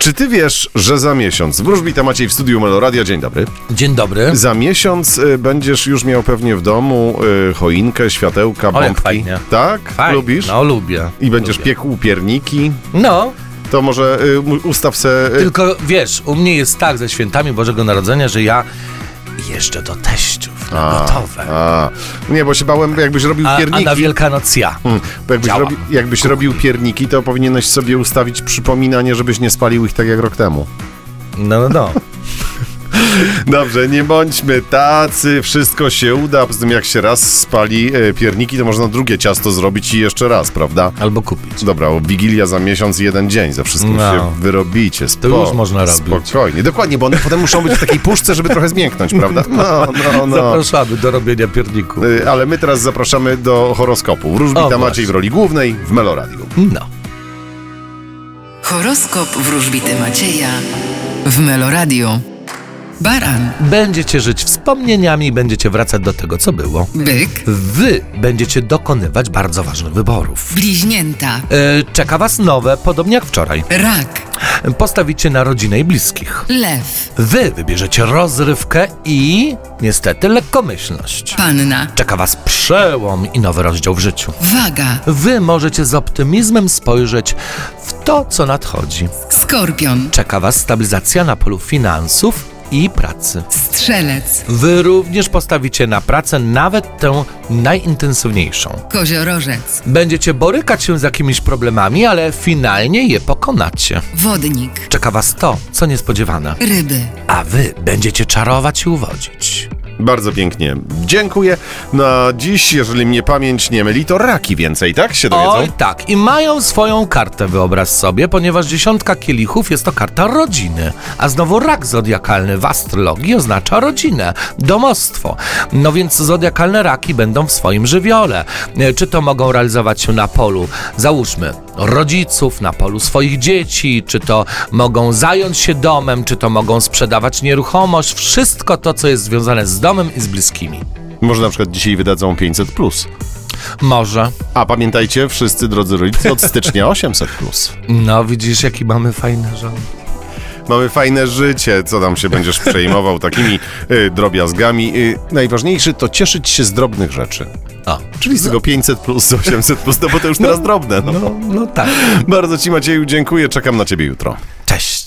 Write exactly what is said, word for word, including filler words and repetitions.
Czy ty wiesz, że za miesiąc, wróżbita Maciej w studiu Meloradia, dzień dobry. Dzień dobry. Za miesiąc y, będziesz już miał pewnie w domu y, choinkę, światełka, O, bombki. jak fajnie. Tak? Fajnie. Lubisz? No, lubię. I będziesz lubię. piekł pierniki. No, To może y, mu- ustaw se... Y, tylko wiesz, u mnie jest tak ze świętami Bożego Narodzenia, że ja jeżdżę do teściów na gotowe. A, nie, bo się bałem, jakbyś robił A, a pierniki. na Wielkanoc ja. Hmm, bo jakbyś, Działa. robi, jakbyś robił pierniki, to powinieneś sobie ustawić przypominanie, żebyś nie spalił ich tak jak rok temu. No, no, no. Dobrze, nie bądźmy tacy, wszystko się uda, poza tym jak się raz spali e, pierniki, to można drugie ciasto zrobić i jeszcze raz, prawda? Albo kupić. Dobra, o Wigilia za miesiąc, jeden dzień, za wszystkim No. się wyrobicie. Spo, już można robić. Spokojnie, dokładnie, bo one potem muszą być w takiej puszce, żeby trochę zmięknąć, prawda? No, no, no. Zapraszamy do robienia pierników. E, Ale my teraz zapraszamy do horoskopu. Wróżbita O, Maciej właśnie. w roli głównej w Meloradiu. No. Horoskop wróżbity Macieja w Meloradio. Baran, Będziecie żyć wspomnieniami i będziecie wracać do tego, co było. byk, Wy będziecie dokonywać bardzo ważnych wyborów. bliźnięta, E, czeka was nowe, podobnie jak wczoraj. rak, Postawicie na rodzinę i bliskich. lew, Wy wybierzecie rozrywkę i niestety lekkomyślność. panna, Czeka was przełom i nowy rozdział w życiu. waga, Wy możecie z optymizmem spojrzeć w to, co nadchodzi. skorpion, Czeka was stabilizacja na polu finansów i pracy. strzelec, Wy również postawicie na pracę, nawet tę najintensywniejszą. koziorożec, Będziecie borykać się z jakimiś problemami, ale finalnie je pokonacie. wodnik, Czeka was to, co niespodziewane. ryby. A wy będziecie czarować i uwodzić. Bardzo pięknie. Dziękuję. Na dziś, jeżeli mnie pamięć nie myli, to raki więcej, tak? Się dowiedzą? Oj tak, i mają swoją kartę, wyobraź sobie, ponieważ dziesiątka kielichów jest to karta rodziny, a znowu rak zodiakalny w astrologii oznacza rodzinę, domostwo. No więc zodiakalne raki będą w swoim żywiole. E, Czy to mogą realizować się na polu, załóżmy, rodziców, na polu swoich dzieci, czy to mogą zająć się domem, czy to mogą sprzedawać nieruchomość, wszystko to, co jest związane z domem i z bliskimi. Może na przykład dzisiaj wydadzą pięćset plus. Może. A pamiętajcie, wszyscy drodzy rodzice, od stycznia osiemset plus. No widzisz, jaki mamy fajny rząd. Mamy fajne życie, co tam się będziesz przejmował takimi y, drobiazgami. Y, najważniejsze to cieszyć się z drobnych rzeczy. O, Czyli z tego pięćset plus, osiemset plus, no bo to już teraz drobne. No. no, no tak. Bardzo ci, Macieju, dziękuję, czekam na ciebie jutro. Cześć.